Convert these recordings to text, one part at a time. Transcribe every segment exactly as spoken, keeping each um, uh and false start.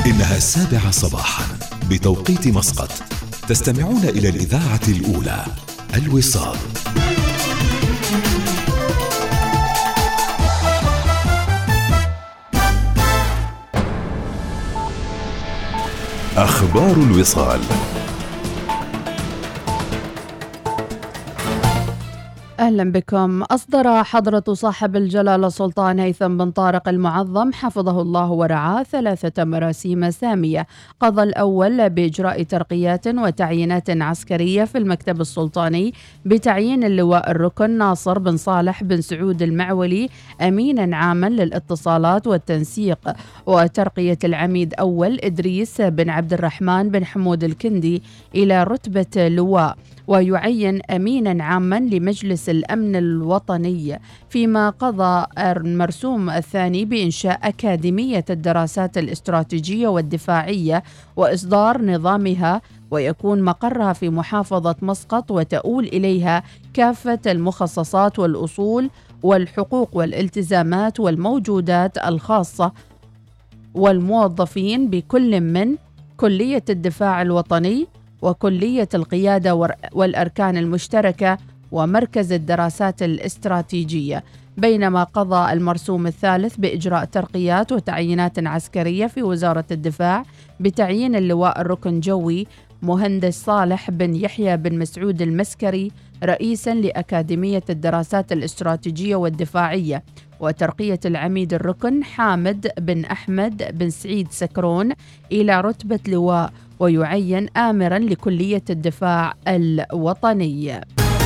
إنها السابعة صباحا بتوقيت مسقط. تستمعون إلى الإذاعة الأولى الوصال. أخبار الوصال. أهلا بكم. أصدر حضرة صاحب الجلالة سلطان هيثم بن طارق المعظم حفظه الله ورعاه ثلاثة مراسيم سامية. قضى الأول بإجراء ترقيات وتعيينات عسكرية في المكتب السلطاني بتعيين اللواء الركن ناصر بن صالح بن سعود المعولي أمينا عاما للاتصالات والتنسيق، وترقية العميد أول إدريس بن عبد الرحمن بن حمود الكندي إلى رتبة لواء، ويعين أمينا عاما لمجلس الأمن الوطني. فيما قضى المرسوم الثاني بإنشاء أكاديمية الدراسات الاستراتيجية والدفاعية وإصدار نظامها، ويكون مقرها في محافظة مسقط، وتؤول إليها كافة المخصصات والأصول والحقوق والالتزامات والموجودات الخاصة والموظفين بكل من كلية الدفاع الوطني وكلية القيادة والأركان المشتركة ومركز الدراسات الاستراتيجية. بينما قضى المرسوم الثالث بإجراء ترقيات وتعيينات عسكرية في وزارة الدفاع بتعيين اللواء الركن جوي مهندس صالح بن يحيى بن مسعود المسكري رئيسا لأكاديمية الدراسات الاستراتيجية والدفاعية، وترقية العميد الركن حامد بن أحمد بن سعيد سكرون إلى رتبة لواء، ويعين آمرا لكلية الدفاع الوطني.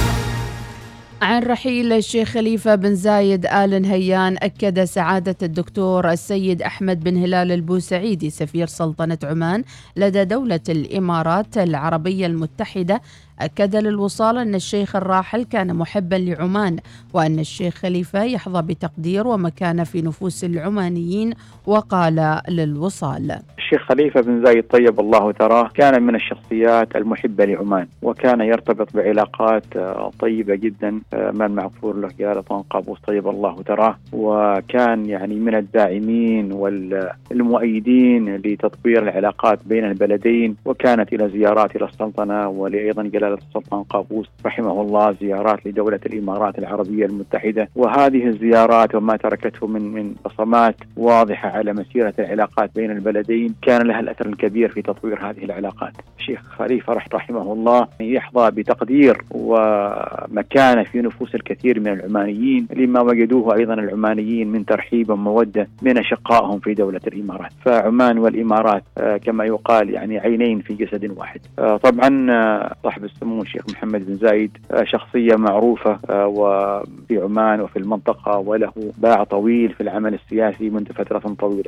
عن رحيل الشيخ خليفة بن زايد آل نهيان، أكد سعادة الدكتور السيد أحمد بن هلال البوسعيدي سفير سلطنة عمان لدى دولة الإمارات العربية المتحدة، أكد للوصال أن الشيخ الراحل كان محبا لعمان، وأن الشيخ خليفة يحظى بتقدير ومكانة في نفوس العمانيين. وقال للوصال: الشيخ خليفة بن زايد طيب الله ثراه كان من الشخصيات المحبة لعمان، وكان يرتبط بعلاقات طيبة جدا مع المغفور له جلالة طن قابوس طيب الله ثراه، وكان يعني من الداعمين والمؤيدين لتطوير العلاقات بين البلدين، وكانت إلى زيارات إلى السلطنة ولأيضا جلالة السلطان قابوس رحمه الله زيارات لدولة الإمارات العربية المتحدة، وهذه الزيارات وما تركته من من بصمات واضحة على مسيرة العلاقات بين البلدين كان لها الأثر الكبير في تطوير هذه العلاقات. الشيخ خليفة رحمه الله يحظى بتقدير ومكانة في نفوس الكثير من العمانيين لما وجدوه أيضا العمانيين من ترحيب ومودة من أشقائهم في دولة الإمارات. فعمان والإمارات كما يقال يعني عينين في جسد واحد. طبعا صاحب السمو الشيخ محمد بن زايد شخصية معروفة وفي عمان وفي المنطقة، وله باع طويل في العمل السياسي منذ فترة طويلة.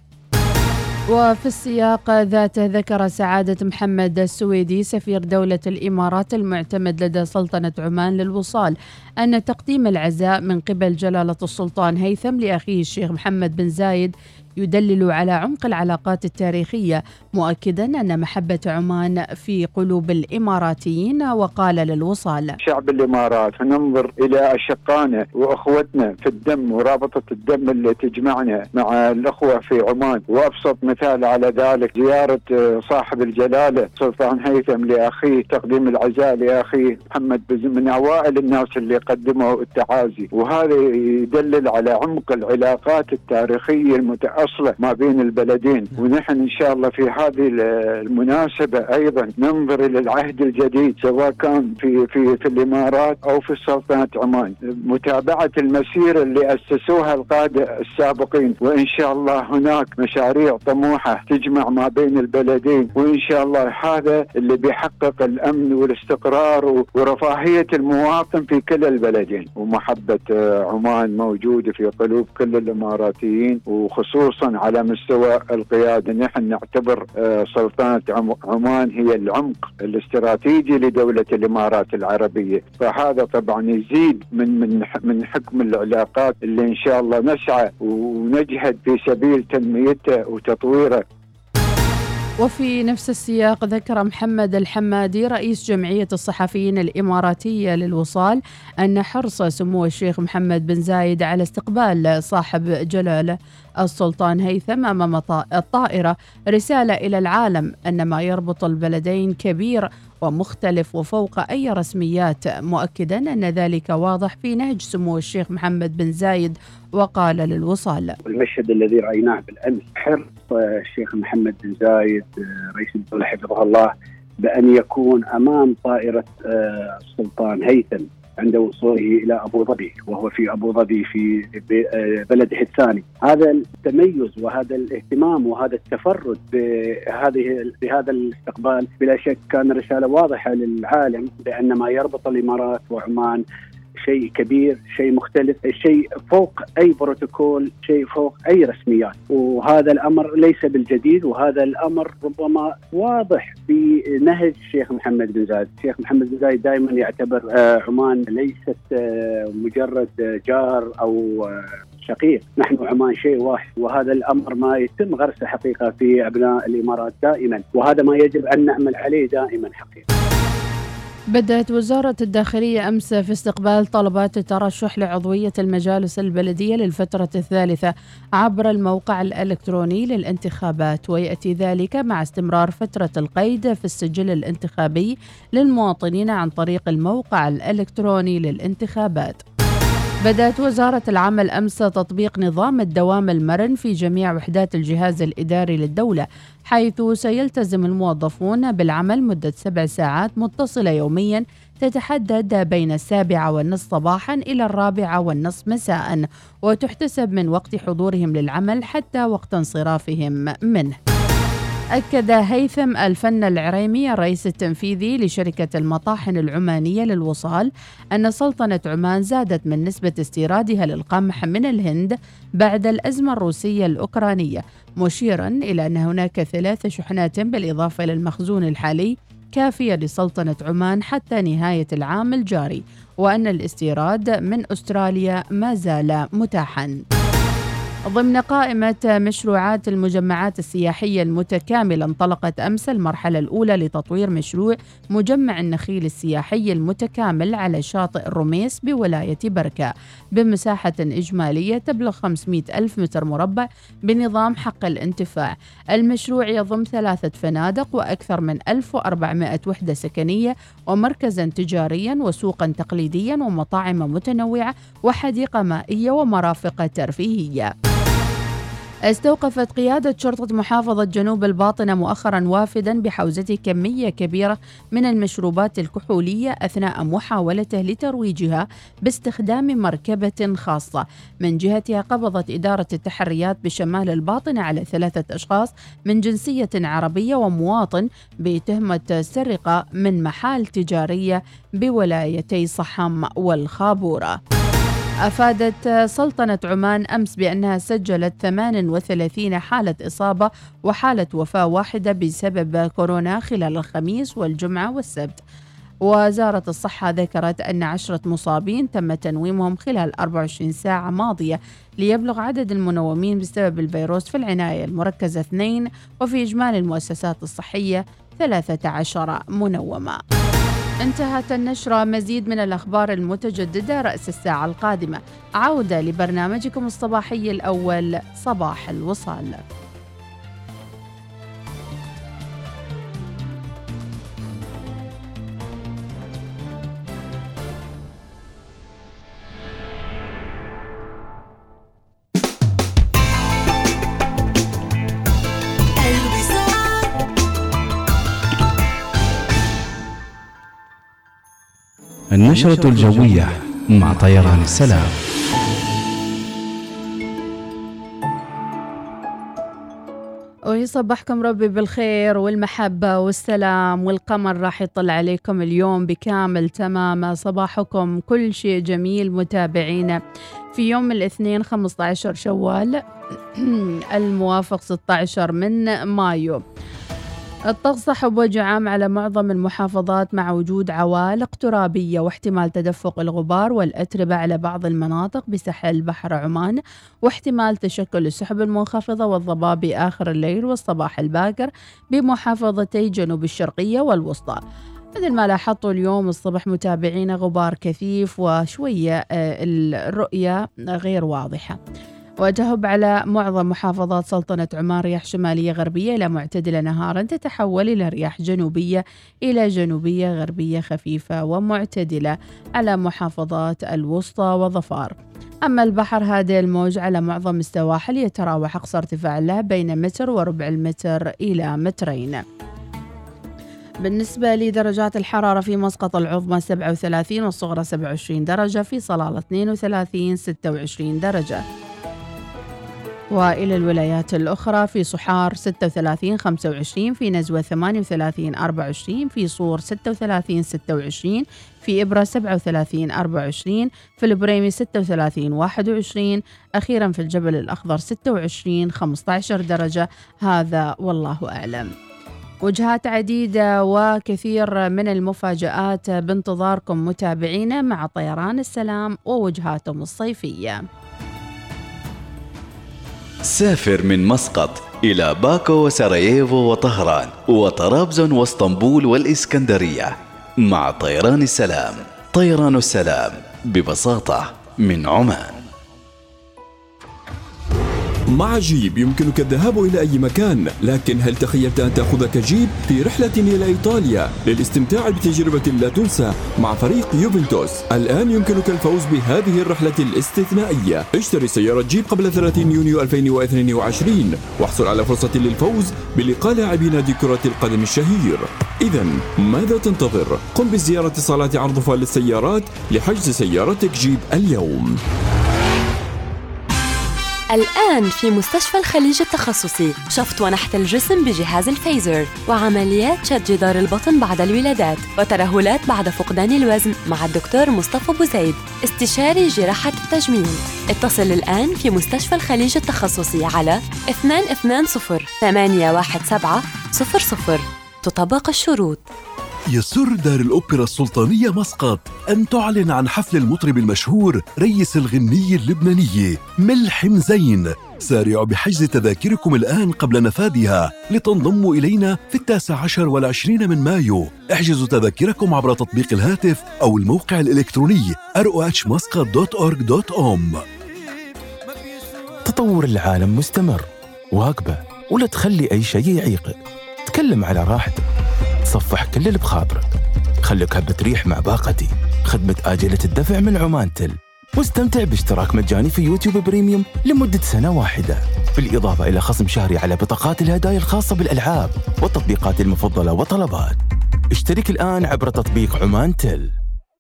وفي السياق ذاته ذكر سعادة محمد السويدي سفير دولة الإمارات المعتمد لدى سلطنة عمان للوصال أن تقديم العزاء من قبل جلالة السلطان هيثم لأخيه الشيخ محمد بن زايد يدلل على عمق العلاقات التاريخية، مؤكدا أن محبة عمان في قلوب الإماراتيين. وقال للوصال: شعب الإمارات ننظر إلى أشقائنا وأخوتنا في الدم ورابطة الدم اللي تجمعنا مع الأخوة في عمان، وأبسط مثال على ذلك زيارة صاحب الجلالة سلطان هيثم لأخيه، تقديم العزاء لأخيه محمد بن، من أوائل الناس اللي قدموا التعازي، وهذا يدلل على عمق العلاقات التاريخية المتأصلة ما بين البلدين. ونحن إن شاء الله في هذه المناسبة أيضا ننظر إلى العهد الجديد سواء كان في في في الإمارات أو في سلطنة عمان، متابعة المسيرة اللي أسسوها القادة السابقين، وإن شاء الله هناك مشاريع طموحة تجمع ما بين البلدين، وإن شاء الله هذا اللي بيحقق الأمن والاستقرار ورفاهية المواطن في كل البلدين. ومحبة عمان موجودة في قلوب كل الإماراتيين، وخصوصا على مستوى القيادة. نحن نعتبر سلطنة عمان هي العمق الاستراتيجي لدولة الإمارات العربية، فهذا طبعا يزيد من من من حكم العلاقات اللي إن شاء الله نسعى ونجهد في سبيل تنميتها وتطويرها. وفي نفس السياق ذكر محمد الحمادي رئيس جمعية الصحفيين الإماراتية للوصال أن حرص سمو الشيخ محمد بن زايد على استقبال صاحب جلالة السلطان هيثم أمام الطائرة رسالة إلى العالم أن ما يربط البلدين كبير ومختلف وفوق أي رسميات، مؤكدا أن ذلك واضح في نهج سمو الشيخ محمد بن زايد، وقال للوصال: المشهد الذي رأيناه بالأمس حرص الشيخ محمد بن زايد رئيس الدولة حفظه الله بأن يكون أمام طائرة السلطان هيثم عند وصوله إلى أبو ظبي، وهو في أبو ظبي في بلده الثاني. هذا التميز وهذا الاهتمام وهذا التفرد بهذه بهذا الاستقبال بلا شك كان رسالة واضحة للعالم بأن ما يربط الإمارات وعمان شيء كبير، شيء مختلف، شيء فوق أي بروتوكول، شيء فوق أي رسميات. وهذا الأمر ليس بالجديد، وهذا الأمر ربما واضح في نهج الشيخ محمد بن زايد. الشيخ محمد بن زايد دائما يعتبر عمان ليست مجرد جار أو شقيق، نحن عمان شيء واحد، وهذا الأمر ما يتم غرسه حقيقة في أبناء الإمارات دائما، وهذا ما يجب أن نعمل عليه دائما حقيقة. بدأت وزارة الداخلية أمس في استقبال طلبات الترشح لعضوية المجالس البلدية للفترة الثالثة عبر الموقع الإلكتروني للانتخابات، ويأتي ذلك مع استمرار فترة القيد في السجل الانتخابي للمواطنين عن طريق الموقع الإلكتروني للانتخابات. بدأت وزارة العمل أمس تطبيق نظام الدوام المرن في جميع وحدات الجهاز الإداري للدولة، حيث سيلتزم الموظفون بالعمل مدة سبع ساعات متصلة يوميا تتحدد بين السابعة والنصف صباحا إلى الرابعة والنصف مساء، وتحتسب من وقت حضورهم للعمل حتى وقت انصرافهم منه. أكد هيثم الفن العريمي الرئيس التنفيذي لشركة المطاحن العمانية للوصال أن سلطنة عمان زادت من نسبة استيرادها للقمح من الهند بعد الأزمة الروسية الأوكرانية، مشيرا إلى أن هناك ثلاث شحنات بالإضافة إلى المخزون الحالي كافية لسلطنة عمان حتى نهاية العام الجاري، وأن الاستيراد من أستراليا ما زال متاحا. ضمن قائمة مشروعات المجمعات السياحية المتكاملة انطلقت أمس المرحلة الأولى لتطوير مشروع مجمع النخيل السياحي المتكامل على شاطئ الرميس بولاية بركة بمساحة إجمالية تبلغ خمسمائة ألف متر مربع بنظام حق الانتفاع. المشروع يضم ثلاثة فنادق وأكثر من ألف وأربعمائة وحدة سكنية ومركزا تجاريا وسوقا تقليديا ومطاعم متنوعة وحديقة مائية ومرافق ترفيهية. استوقفت قيادة شرطة محافظة جنوب الباطنة مؤخرا وافدا بحوزته كمية كبيرة من المشروبات الكحولية أثناء محاولته لترويجها باستخدام مركبة خاصة. من جهتها قبضت إدارة التحريات بشمال الباطنة على ثلاثة أشخاص من جنسية عربية ومواطن بتهمة سرقة من محال تجارية بولايتي صحم والخابورة. أفادت سلطنة عمان أمس بأنها سجلت ثمانية وثلاثين حالة إصابة وحالة وفاة واحدة بسبب كورونا خلال الخميس والجمعة والسبت. وزارة الصحة ذكرت أن عشرة مصابين تم تنويمهم خلال أربع وعشرين ساعة ماضية ليبلغ عدد المنومين بسبب الفيروس في العناية المركزة اثنين، وفي إجمالي المؤسسات الصحية ثلاثة عشر منومة. انتهت النشرة. مزيد من الأخبار المتجددة رأس الساعة القادمة. عودة لبرنامجكم الصباحي الأول صباح الوصال. النشرة الجوية مع طيران السلام. ويصبحكم ربي بالخير والمحبة والسلام، والقمر راح يطلع عليكم اليوم بكامل تمام صباحكم كل شيء جميل متابعينا في يوم الاثنين خمسة عشر شوال الموافق ستة عشر من مايو. الطقس سحب وجه عام على معظم المحافظات مع وجود عوالق ترابية واحتمال تدفق الغبار والأتربة على بعض المناطق بساحل بحر عمان، واحتمال تشكل السحب المنخفضة والضباب بآخر الليل والصباح الباكر بمحافظتي جنوب الشرقية والوسطى. مثل ما لاحظتوا اليوم الصبح متابعينا غبار كثيف وشوية الرؤية غير واضحة. وتهب على معظم محافظات سلطنة عمان رياح شمالية غربية إلى معتدلة نهارا، تتحول إلى رياح جنوبية إلى جنوبية غربية خفيفة ومعتدلة على محافظات الوسطى وظفار. أما البحر هادئ الموج على معظم السواحل، يتراوح أقصى ارتفاع له بين متر وربع المتر إلى مترين. بالنسبة لدرجات الحرارة في مسقط العظمى سبعة وثلاثين والصغرى سبعة وعشرين درجة، في صلالة اثنين وثلاثين ستة وعشرين درجة. وإلى الولايات الأخرى في صحار ستة وثلاثين خمسة وعشرين، في نزوة ثمانية وثلاثين أربعة وعشرين، في صور ستة وثلاثين ستة وعشرين، في إبرة سبعة وثلاثين أربعة وعشرين، في البريمي ستة وثلاثين واحد وعشرين، أخيرا في الجبل الأخضر ستة وعشرين خمسة عشر درجة. هذا والله أعلم. وجهات عديدة وكثير من المفاجآت بانتظاركم متابعينا مع طيران السلام ووجهاتهم الصيفية. سافر من مسقط إلى باكو وسراييفو وطهران وطرابزون واسطنبول والإسكندرية مع طيران السلام. طيران السلام ببساطة من عمان. مع جيب يمكنك الذهاب إلى أي مكان، لكن هل تخيلت أن تأخذك جيب في رحلة إلى إيطاليا للاستمتاع بتجربة لا تنسى مع فريق يوفنتوس؟ الآن يمكنك الفوز بهذه الرحلة الاستثنائية. اشتري سيارة جيب قبل ثلاثين يونيو ألفين واثنين وعشرين واحصل على فرصة للفوز بلقاء لاعبي نادي كرة القدم الشهير. إذن ماذا تنتظر؟ قم بزيارة صالات عرض فال للسيارات لحجز سيارتك جيب اليوم. الآن في مستشفى الخليج التخصصي شفط ونحت الجسم بجهاز الفيزر، وعمليات شد جدار البطن بعد الولادات، وترهلات بعد فقدان الوزن مع الدكتور مصطفى أبو زيد، استشاري جراحة التجميل. اتصل الآن في مستشفى الخليج التخصصي على اثنين اثنين صفر ثمانية واحد سبعة صفر صفر. تطبق الشروط. يسر دار الأوبرا السلطانية مسقط أن تعلن عن حفل المطرب المشهور ريس الغني اللبناني ملحم زين. سارعوا بحجز تذاكركم الآن قبل نفاذها لتنضموا إلينا في التاسع عشر والعشرين من مايو. احجزوا تذاكركم عبر تطبيق الهاتف أو الموقع الإلكتروني آر أو إتش مسقط دوت أورج دوت أوم. تطور العالم مستمر، واقبه ولا تخلي أي شيء يعيقك. تكلم على راحتك، صفح كل اللي بخاطرك، خليك هبة ريح مع باقتي، خدمة آجلة الدفع من عمان تل، واستمتع باشتراك مجاني في يوتيوب بريميوم لمدة سنة واحدة، بالإضافة إلى خصم شهري على بطاقات الهدايا الخاصة بالألعاب والتطبيقات المفضلة وطلبات. اشترك الآن عبر تطبيق عمان تل.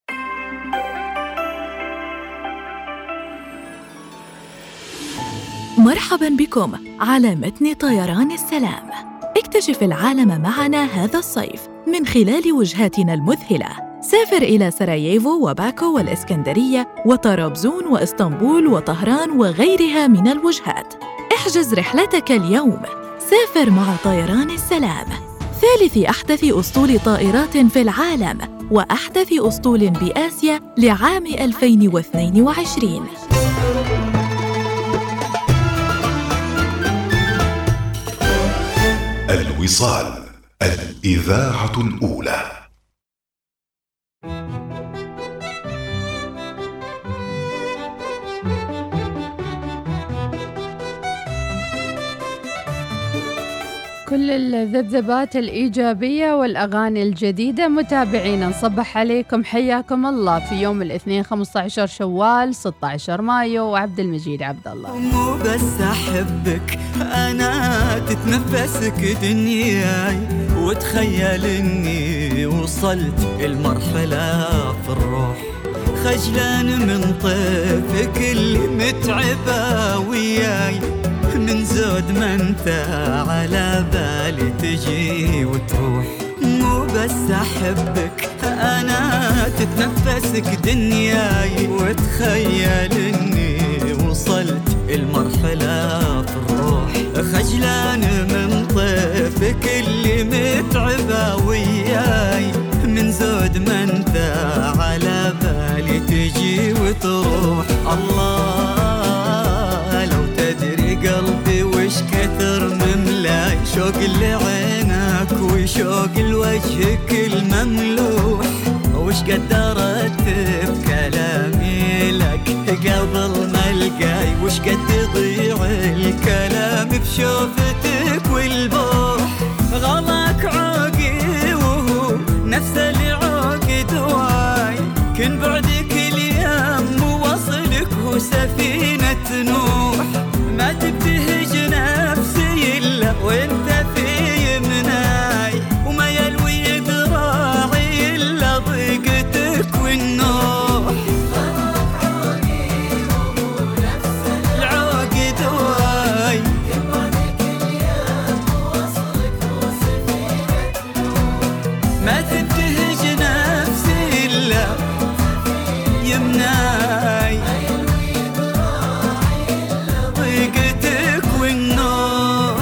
مرحبا بكم على متن طيران السلام. اكتشف العالم معنا هذا الصيف من خلال وجهاتنا المذهلة. سافر إلى سراييفو وباكو والإسكندرية وطرابزون وإسطنبول وطهران وغيرها من الوجهات. احجز رحلتك اليوم. سافر مع طيران السلام، ثالث أحدث أسطول طائرات في العالم وأحدث أسطول بآسيا لعام ألفين واثنين وعشرين. الوصال، الإذاعة الأولى. كل الذبذبات الإيجابية والأغاني الجديدة متابعينا، نصبح عليكم، حياكم الله في يوم الاثنين خمسة عشر شوال ستة عشر مايو. وعبد المجيد عبد الله. مو بس أحبك أنا، تتنفسك دنياي، وتخيل إني وصلت المرحلة في الروح، خجلان من طيفك اللي متعبة وياي، من زود ما انت على بالي تجي وتروح. مو بس احبك انا، تتنفسك دنياي، وتخيل اني وصلت المرحلة في الروح، خجلان من طيفك اللي متعبة وياي، من زود ما انت على بالي تجي وتروح. الله لو تدري قلبي وش كثر مملاي، شوق لعينك وشوق لوجهك المملوح، وش قدرت بكلامي لك قبل ما القاي، وش قد تضيع الكلام بشوفتك والبوح. غلاك عاقي وهو نفس اللي عاقد واي، كن بعدك اليم ووصلك هو سفينة نوح. ما تبتهج نفسي إلا وانت في يمناي، وما يلوي ذراعي إلا ضيقتك والنوح. العاقد واي ما تبتهج نفسي إلا يمناي، ضيقتك والنوح.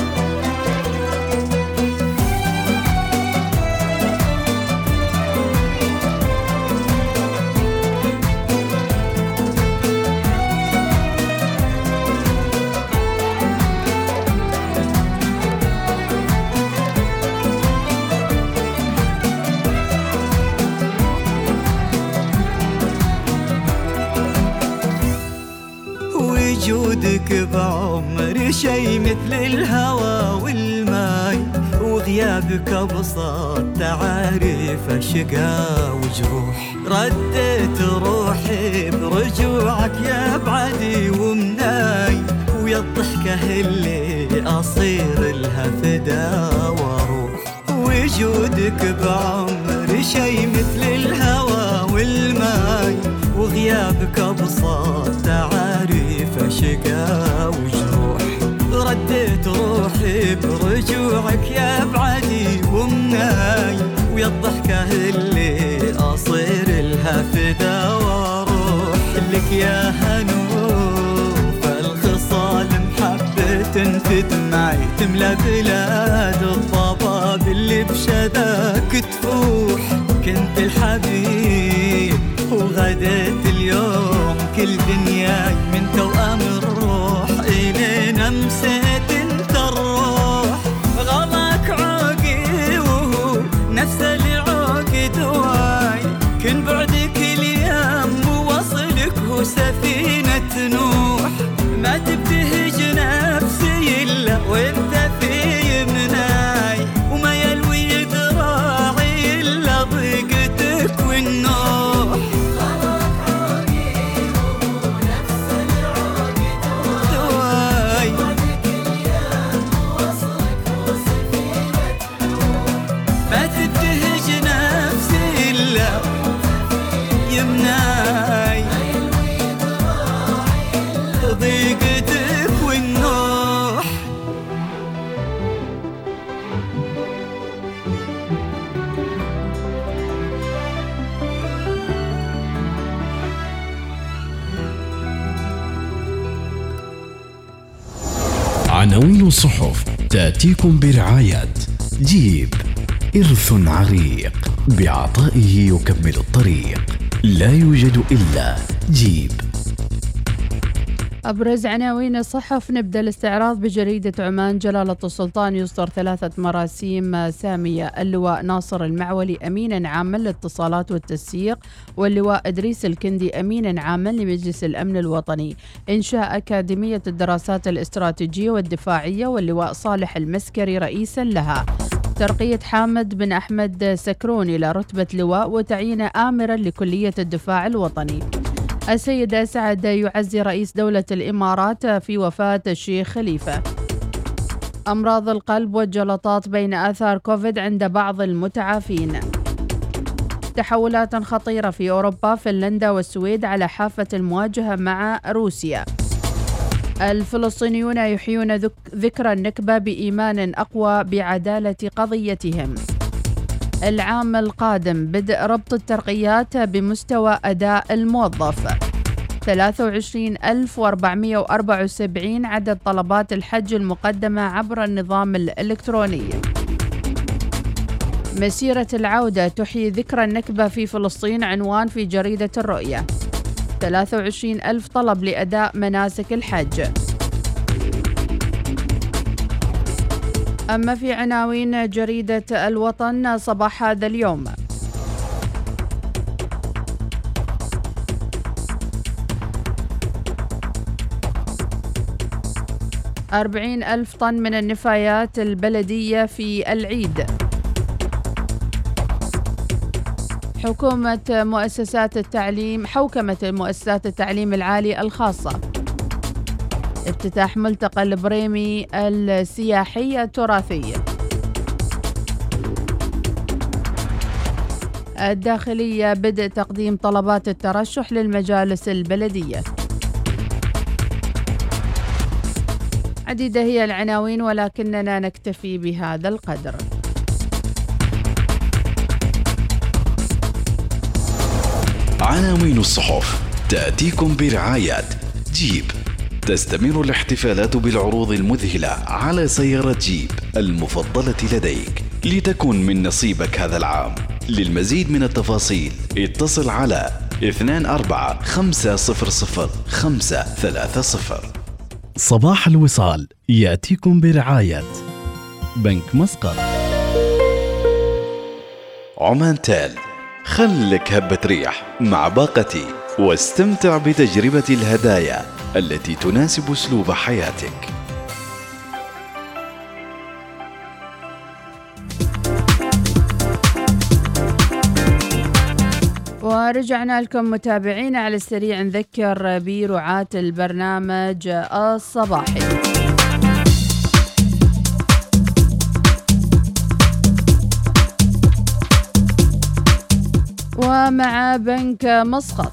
وجودك بعمري شي مثل الهوى والماي، وغيابك أبسط تعاريف أشقى وجروح. رديت روحي برجوعك يا بعدي ومناي، ويا الضحكة اللي أصير لها فدا واروح. وجودك بعمري شي مثل الهوى والماي، وغيابك أبسط تعاريف أشقى وجروح. رديت روحي برجوعك يا بعدي ومناي، ويا الضحكة اللي أصير لها فدا واروح. لك يا هنوف الخصال محبة في دمعي، تملى بلاد الضباب اللي بشذاك تفوح. كنت الحبيب وغديت اليوم كل دنياي، من توأم الروح إلين أمسيت انت الروح. غلاك عاقي وهو نفس اللي عاقد واي، كن بعدك اليم ووصلك هو سفينة نوح. ما تبتهج نفسي إلا وانت في يمناي، وما يلوي ذراعي إلا ضيقتك والنوح. ما تبتهج نفسي إلا يمناي، ضيقتك والنوح. عناوين الصحف تأتيكم برعاية جيب، إرث عريق بعطائه يكمل الطريق، لا يوجد إلا جيب. أبرز عناوين الصحف، نبدأ الاستعراض بجريدة عمان. جلالة السلطان يصدر ثلاثة مراسيم سامية، اللواء ناصر المعولي أمينا عاما للاتصالات والتسيير، واللواء إدريس الكندي أمينا عاما لمجلس الأمن الوطني. إنشاء أكاديمية الدراسات الاستراتيجية والدفاعية، واللواء صالح المسكري رئيسا لها. ترقية حامد بن أحمد سكرون إلى رتبة لواء، وتعيين آمرا لكلية الدفاع الوطني. السيد سعد يعزي رئيس دولة الإمارات في وفاة الشيخ خليفة. أمراض القلب والجلطات بين آثار كوفيد عند بعض المتعافين. تحولات خطيرة في أوروبا، فنلندا والسويد على حافة المواجهة مع روسيا. الفلسطينيون يحيون ذكرى النكبة بإيمان أقوى بعدالة قضيتهم. العام القادم بدء ربط الترقيات بمستوى أداء الموظف. ثلاثة وعشرين ألف وأربعمائة وأربعة وسبعين عدد طلبات الحج المقدمة عبر النظام الإلكتروني. مسيرة العودة تحيي ذكرى النكبة في فلسطين، عنوان في جريدة الرؤية. ثلاثة وعشرين ألف طلب لأداء مناسك الحج. أما في عناوين جريدة الوطن صباح هذا اليوم، أربعين ألف طن من النفايات البلدية في العيد. حكومة مؤسسات التعليم حوكمة مؤسسات التعليم العالي الخاصة. افتتاح ملتقى البريمي السياحي التراثي. الداخلية بدء تقديم طلبات الترشح للمجالس البلدية. عديدة هي العناوين ولكننا نكتفي بهذا القدر. عناوين الصحف تأتيكم برعاية جيب. تستمر الاحتفالات بالعروض المذهلة على سيارة جيب المفضلة لديك لتكون من نصيبك هذا العام. للمزيد من التفاصيل اتصل على اثنين أربعة خمسة صفر صفر خمسة ثلاثة صفر. صباح الوصال يأتيكم برعاية بنك مسقط. عمان تال، خلك هبة ريح مع باقتي واستمتع بتجربة الهدايا التي تناسب أسلوب حياتك. ورجعنا لكم متابعين على السريع. نذكر برعاة البرنامج الصباحي. ومع بنك مسقط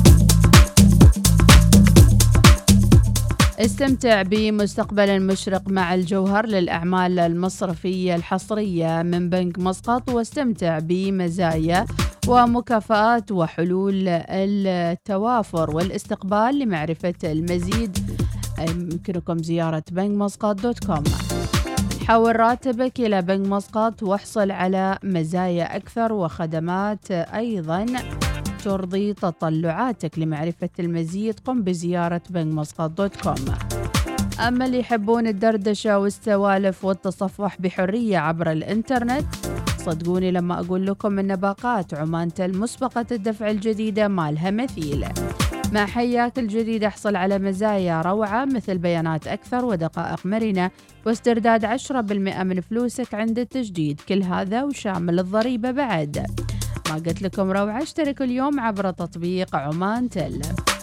استمتع بمستقبل مشرق مع الجوهر للأعمال المصرفية الحصرية من بنك مسقط، واستمتع بمزايا ومكافآت وحلول التوافر والاستقبال. لمعرفة المزيد يمكنكم زيارة بنك مسقط دوت كوم. حول راتبك إلى بنك مسقط واحصل على مزايا أكثر وخدمات أيضا ترضي تطلعاتك. لمعرفة المزيد قم بزيارة بنك مسقط دوت كوم. أما اللي يحبون الدردشة والسوالف والتصفح بحرية عبر الإنترنت، صدقوني لما أقول لكم أن باقات عمان تل مسبقة الدفع الجديدة ما لها مثيل. مع حياك الجديد احصل على مزايا روعة مثل بيانات أكثر ودقائق مرنة واسترداد عشرة بالمئة من فلوسك عند التجديد. كل هذا وشامل الضريبة بعد. ما قلت لكم روعة؟ اشتركوا اليوم عبر تطبيق عمان تل.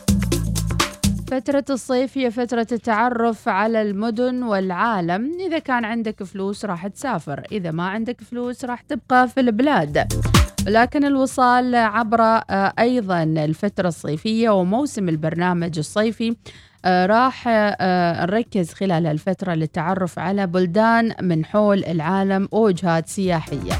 فترة الصيف هي فترة التعرف على المدن والعالم. إذا كان عندك فلوس راح تسافر، إذا ما عندك فلوس راح تبقى في البلاد. لكن الوصال عبر أيضا الفترة الصيفية وموسم البرنامج الصيفي راح نركز خلال الفترة للتعرف على بلدان من حول العالم ووجهات سياحية.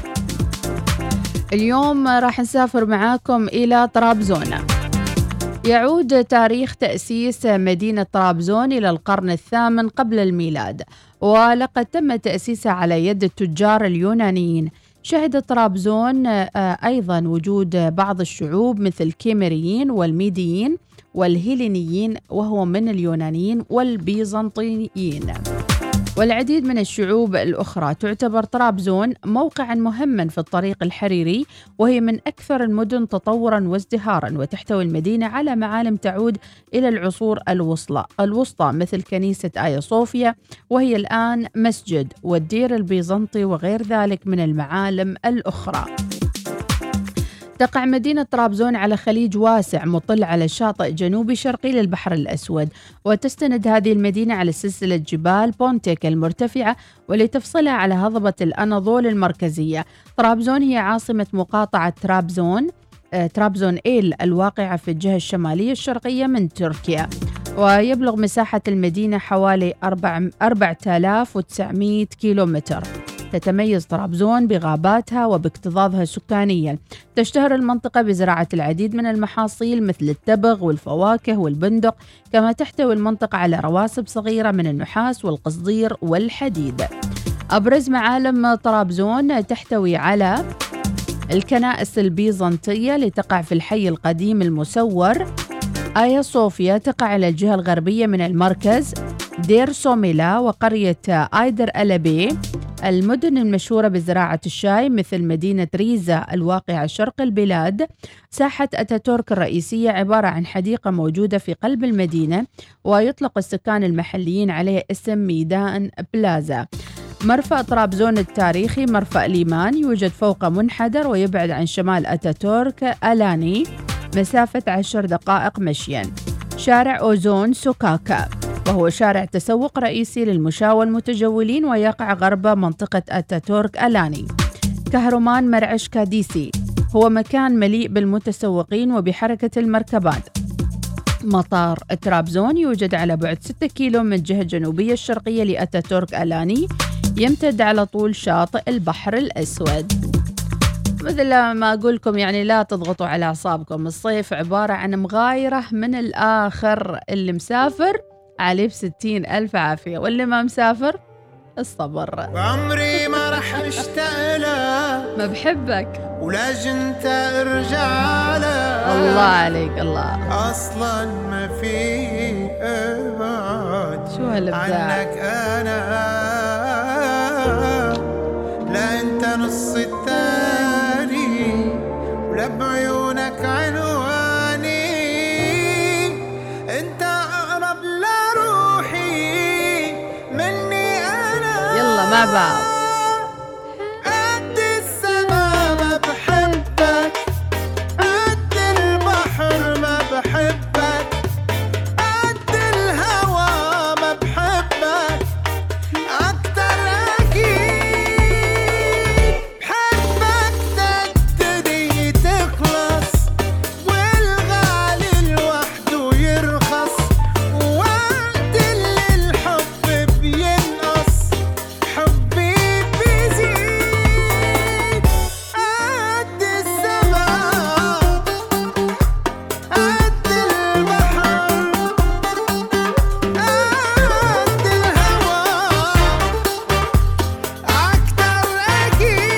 اليوم راح نسافر معاكم إلى طرابزون. يعود تاريخ تأسيس مدينة طرابزون إلى القرن الثامن قبل الميلاد، ولقد تم تأسيسها على يد التجار اليونانيين. شهد طرابزون أيضا وجود بعض الشعوب مثل الكيميريين والميديين والهيلينيين وهو من اليونانيين والبيزنطيين والعديد من الشعوب الأخرى. تعتبر طرابزون موقعا مهما في الطريق الحريري، وهي من أكثر المدن تطورا وازدهارا، وتحتوي المدينة على معالم تعود إلى العصور الوسطى الوسطى مثل كنيسة آيا صوفيا وهي الآن مسجد، والدير البيزنطي وغير ذلك من المعالم الأخرى. تقع مدينة طرابزون على خليج واسع مطل على شاطئ جنوبي شرقي للبحر الأسود، وتستند هذه المدينة على سلسلة جبال بونتيك المرتفعة واللي تفصلها على هضبة الأناضول المركزية. طرابزون هي عاصمة مقاطعة طرابزون آه، طرابزون إيل الواقعة في الجهة الشمالية الشرقية من تركيا، ويبلغ مساحة المدينة حوالي أربعة آلاف وتسعمئة كيلومتر. تتميز طرابزون بغاباتها وباكتظاظها سكانيا. تشتهر المنطقة بزراعة العديد من المحاصيل مثل التبغ والفواكه والبندق، كما تحتوي المنطقة على رواسب صغيرة من النحاس والقصدير والحديد. أبرز معالم طرابزون تحتوي على الكنائس البيزنطية اللي تقع في الحي القديم المسور، آيا صوفيا تقع على الجهة الغربية من المركز، دير سوميلا وقرية آيدر ألبي المدن المشهورة بزراعة الشاي مثل مدينة ريزا الواقعة شرق البلاد. ساحة أتاتورك الرئيسية عبارة عن حديقة موجودة في قلب المدينة، ويطلق السكان المحليين عليه اسم ميدان بلازا. مرفأ طرابزون التاريخي مرفأ ليمان يوجد فوق منحدر ويبعد عن شمال أتاتورك ألاني مسافة عشر دقائق مشيا. شارع أوزون سوكاكا وهو شارع تسوق رئيسي للمشاة والمتجولين ويقع غرب منطقة أتاتورك ألاني. كهرمان مرعش كاديسي هو مكان مليء بالمتسوقين وبحركة المركبات. مطار طرابزون يوجد على بعد ستة كيلو من الجهة الجنوبية الشرقية لأتاتورك ألاني، يمتد على طول شاطئ البحر الأسود. مثل ما أقول لكم يعني لا تضغطوا على أعصابكم، الصيف عبارة عن مغايرة من الآخر، اللي مسافر عليه بستين ألف عافية، واللي ما مسافر الصبر. وعمري ما رح اشتاق لك، ما بحبك ولاجن انت ارجع لك. الله عليك الله، اصلا ما في ابعد شو هالابداع عنك انا، لا انت نص الثاني ولا بعيونك عنواني، انت اقرب لروحي مني انا. يلا مع بعض. قد السما ما بحبك، قد البحر ما بحبك، قد الهوى ما بحبك، أكتر أكيد بحبك. تبتدي تخلص والغالي لوحده يرخص، وقت اللي الحب بينقص حبي بيزيد. قد السما قد البحر قد الهوى أكتر أكيد.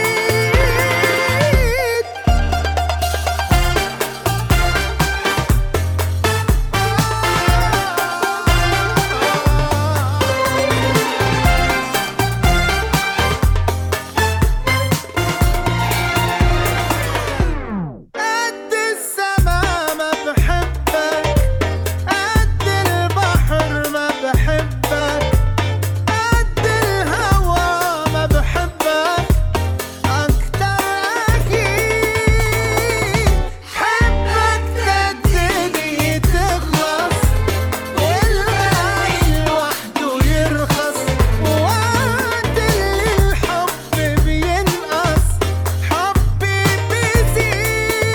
قد السما ما بحبك، قد البحر ما بحبك، قد الهوى ما بحبك، أكتر أكيد حبك. تبتدي تخلص والغالي لوحده يرخص، وقت اللي الحب بينقص حبي بيزيد.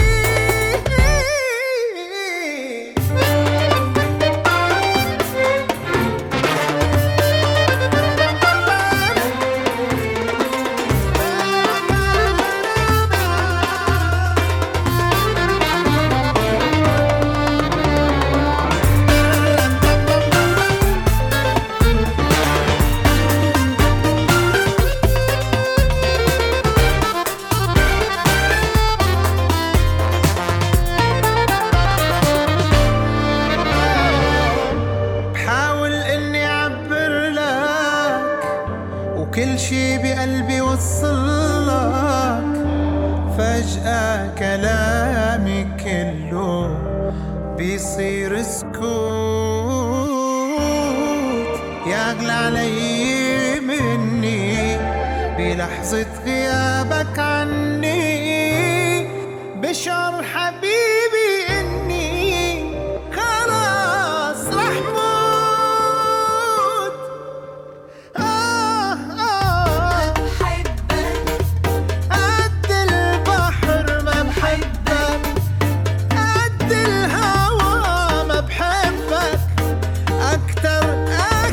بحاول اني اعبر لك وكل شي بقلبي وصلك، فجأة كلامي كله بيصير سكوت. يغلى علي مني بلحظة غيابك عني، بشعر حبيبي اني خلاص رح موت. آه آه بحبك، قد البحر ما بحبك، قد الهوى ما بحبك، أكتر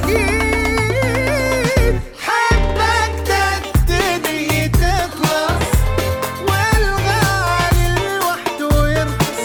أكيد حبك. تبتدي تخلص والغالي لوحده يرخص،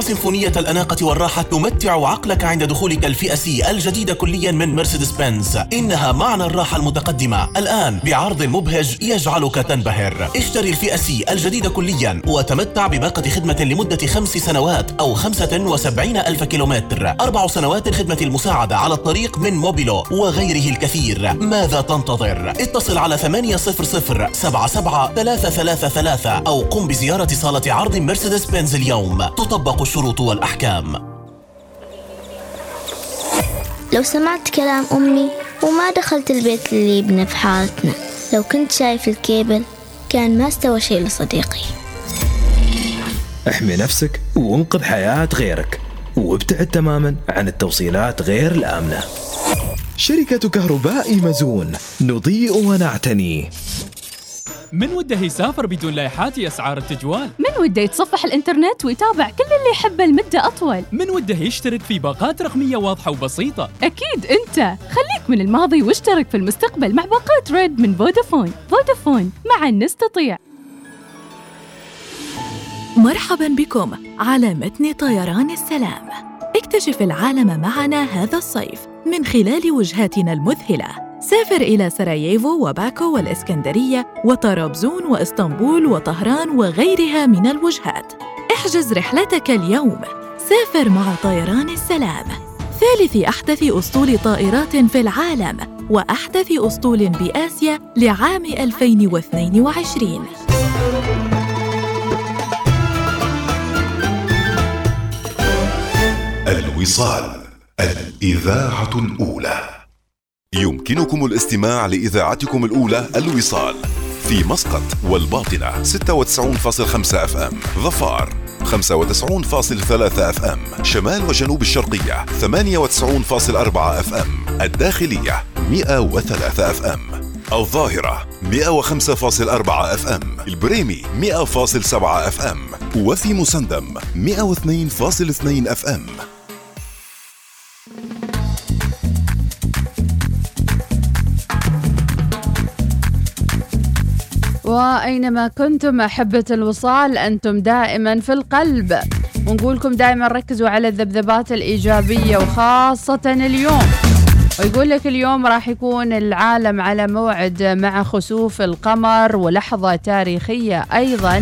وسيمفونية الأناقة والراحة تمتع عقلك عند دخولك الفئة سي الجديدة كليا من مرسيدس بنز. إنها معنى الراحة المتقدمة الآن بعرض مبهج يجعلك تنبهر. اشتري الفئة سي الجديدة كليا وتمتع بباقة خدمة لمدة خمس سنوات أو خمسة وسبعين ألف كيلومتر، أربع سنوات خدمة المساعدة على الطريق من موبيلو وغيره الكثير. ماذا تنتظر؟ اتصل على ثمانية صفر صفر سبعة سبعة ثلاثة ثلاثة ثلاثة أو قم بزيارة صالة عرض مرسيدس بنز اليوم. تطبق الشروط والأحكام. لو سمعت كلام أمي وما دخلت البيت اللي يبنى في حالتنا، لو كنت شايف الكيبل كان ما استوى شيء لصديقي. احمي نفسك وانقذ حياة غيرك، وابتعد تماما عن التوصيلات غير الآمنة. شركة كهرباء إيمازون، نضيء ونعتني. من وده يسافر بدون لايحات أسعار التجوال؟ من وده يتصفح الإنترنت ويتابع كل اللي يحبه لمدة أطول؟ من وده يشترك في باقات رقمية واضحة وبسيطة؟ أكيد أنت. خليك من الماضي واشترك في المستقبل مع باقات ريد من فودافون. فودافون، معا نستطيع. مرحبا بكم على متن طيران السلام. اكتشف العالم معنا هذا الصيف من خلال وجهاتنا المذهلة. سافر إلى سراييفو وباكو والإسكندرية وطرابزون وإسطنبول وطهران وغيرها من الوجهات. احجز رحلتك اليوم. سافر مع طيران السلام، ثالث أحدث أسطول طائرات في العالم وأحدث أسطول بآسيا لعام ألفين واثنين وعشرين. الوصال، الإذاعة الأولى. يمكنكم الاستماع لإذاعتكم الأولى الوصال في مسقط والباطنة ستة وتسعين فاصلة خمسة أف أم، ظفار خمسة وتسعين فاصلة ثلاثة أف أم، شمال وجنوب الشرقية ثمانية وتسعين فاصلة أربعة أف أم، الداخلية مئة وثلاثة أف أم، الظاهرة مئة وخمسة فاصلة أربعة أف أم، البريمي مئة فاصلة سبعة أف أم، وفي مسندم مئة واثنين فاصلة اثنين أف أم. وأينما كنتم أحبة الوصال، أنتم دائما في القلب، ونقولكم دائما ركزوا على الذبذبات الإيجابية وخاصة اليوم. ويقول لك اليوم راح يكون العالم على موعد مع خسوف القمر، ولحظة تاريخية أيضا.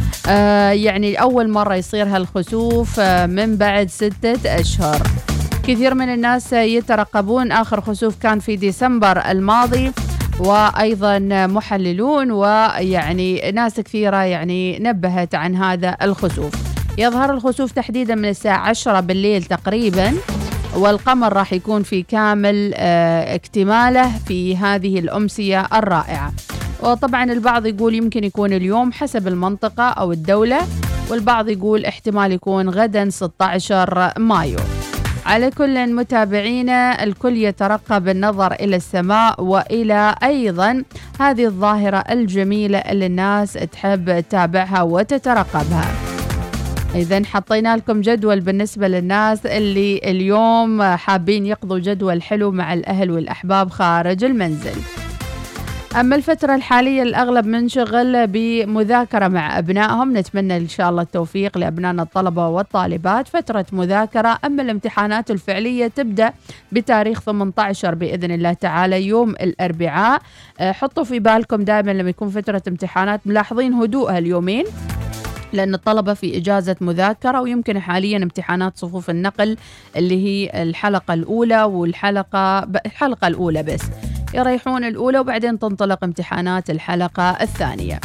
آه يعني أول مرة يصير هالخسوف آه من بعد ستة أشهر. كثير من الناس يترقبون. آخر خسوف كان في ديسمبر الماضي، وأيضا محللون ويعني ناس كثيرة يعني نبهت عن هذا الخسوف. يظهر الخسوف تحديدا من الساعة عشرة بالليل تقريبا، والقمر راح يكون في كامل اه اكتماله في هذه الأمسية الرائعة. وطبعا البعض يقول يمكن يكون اليوم حسب المنطقة أو الدولة، والبعض يقول احتمال يكون غدا ستة عشر مايو. على كل متابعينا الكل يترقب النظر إلى السماء وإلى أيضا هذه الظاهرة الجميلة اللي الناس تحب تتابعها وتترقبها. إذن حطينا لكم جدول بالنسبة للناس اللي اليوم حابين يقضوا جدول حلو مع الأهل والأحباب خارج المنزل. أما الفترة الحالية الأغلب منشغل بمذاكرة مع أبنائهم، نتمنى إن شاء الله التوفيق لأبنائنا الطلبة والطالبات. فترة مذاكرة. أما الامتحانات الفعلية تبدأ بتاريخ ثمانية عشر بإذن الله تعالى يوم الأربعاء. حطوا في بالكم دائما لما يكون فترة امتحانات ملاحظين هدوء هاليومين، لأن الطلبة في إجازة مذاكرة، ويمكن حاليا امتحانات صفوف النقل اللي هي الحلقة الأولى والحلقة الحلقة الأولى بس يريحون الأولى، وبعدين تنطلق امتحانات الحلقة الثانية.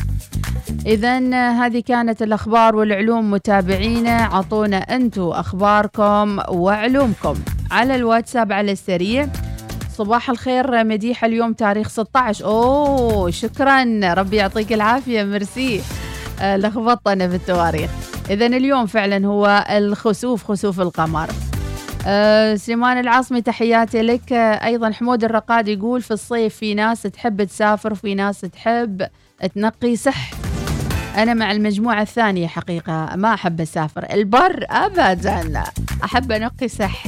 إذن هذه كانت الأخبار والعلوم. متابعينا عطونا أنتوا أخباركم وعلومكم على الواتساب على السريع. صباح الخير مديحة، اليوم تاريخ ستة عشر. أوه شكرا، ربي يعطيك العافية، مرسي. آه لخبطنا في التواريخ. إذن اليوم فعلا هو الخسوف، خسوف القمر. أه سليمان العاصمي تحياتي لك. أه أيضا حمود الرقاد يقول في الصيف في ناس تحب تسافر وفي ناس تحب تنقي سح. أنا مع المجموعة الثانية حقيقة، ما أحب أسافر البر أبدا، أحب أنقي سح.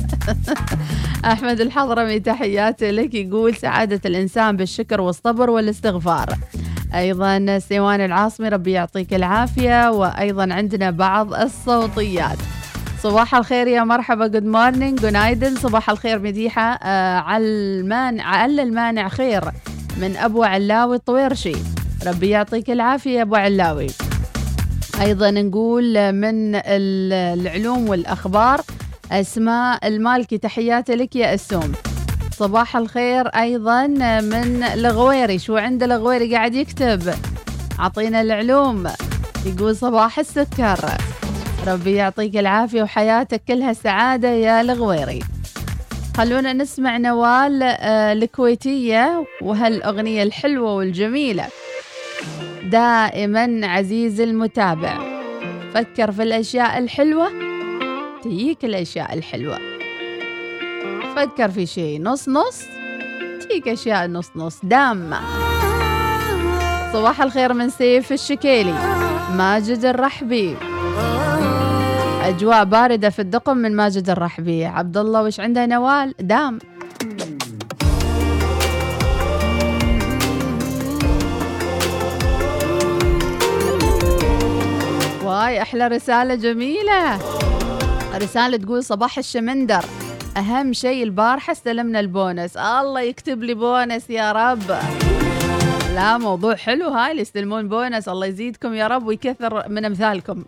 أحمد الحضرمي تحياتي لك، يقول سعادة الإنسان بالشكر والصبر والاستغفار. أيضا سليمان العاصمي ربي يعطيك العافية. وأيضا عندنا بعض الصوتيات. صباح الخير يا مرحبا، جود مورنينج، جود نايدن. صباح الخير مديحة. آه على المانع على المانع خير من أبو علاوي الطويرشي، ربي يعطيك العافية يا أبو علاوي. أيضا نقول من العلوم والأخبار أسماء المالكي، تحياتي لك يا أسوم. صباح الخير أيضا من الغويري، شو عند الغويري قاعد يكتب عطينا العلوم، يقول صباح السكر، ربي يعطيك العافية وحياتك كلها سعادة يا الغويري. خلونا نسمع نوال الكويتية وهالأغنية الحلوة والجميلة. دائما عزيزي المتابع، فكر في الأشياء الحلوة تجيك الأشياء الحلوة، فكر في شيء نص نص تجيك أشياء نص نص دامة. صباح الخير من سيف الشكيلي، ماجد الرحبي. أجواء باردة في الدقم من ماجد الرحبي. عبد الله وش عنده نوال؟ دام. واي أحلى رسالة جميلة، رسالة تقول صباح الشمندر، أهم شيء البارحة استلمنا البونس، الله يكتب لي بونس يا رب. لا موضوع حلو هاي اللي يستلمون بونس، الله يزيدكم يا رب ويكثر من أمثالكم.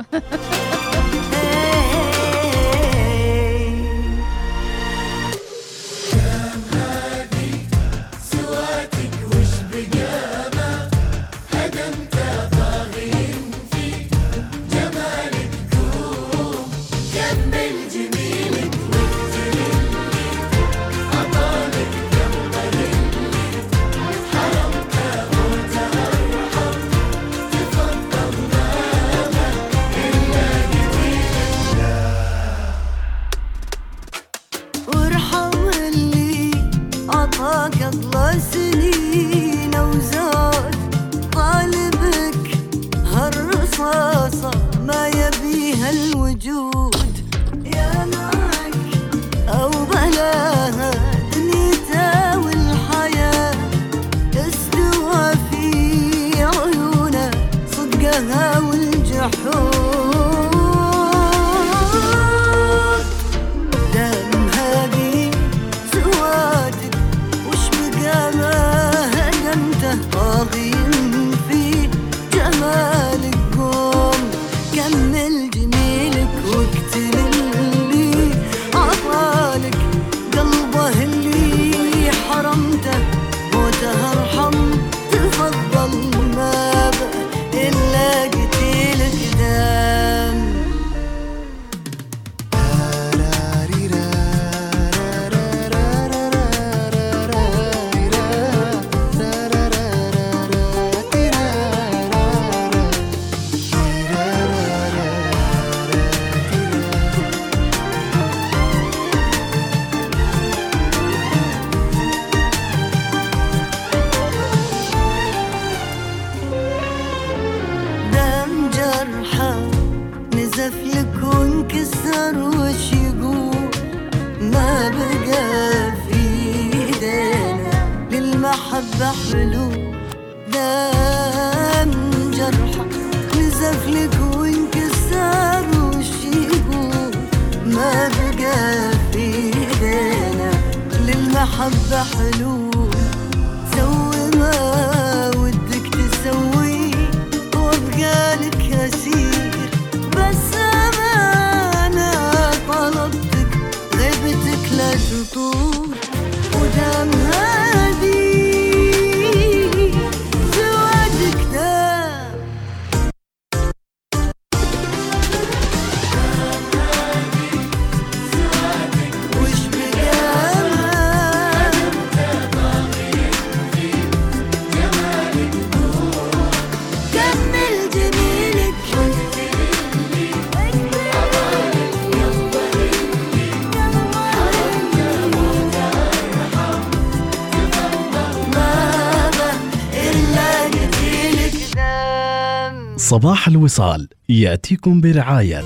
صباح الوصال يأتيكم برعاية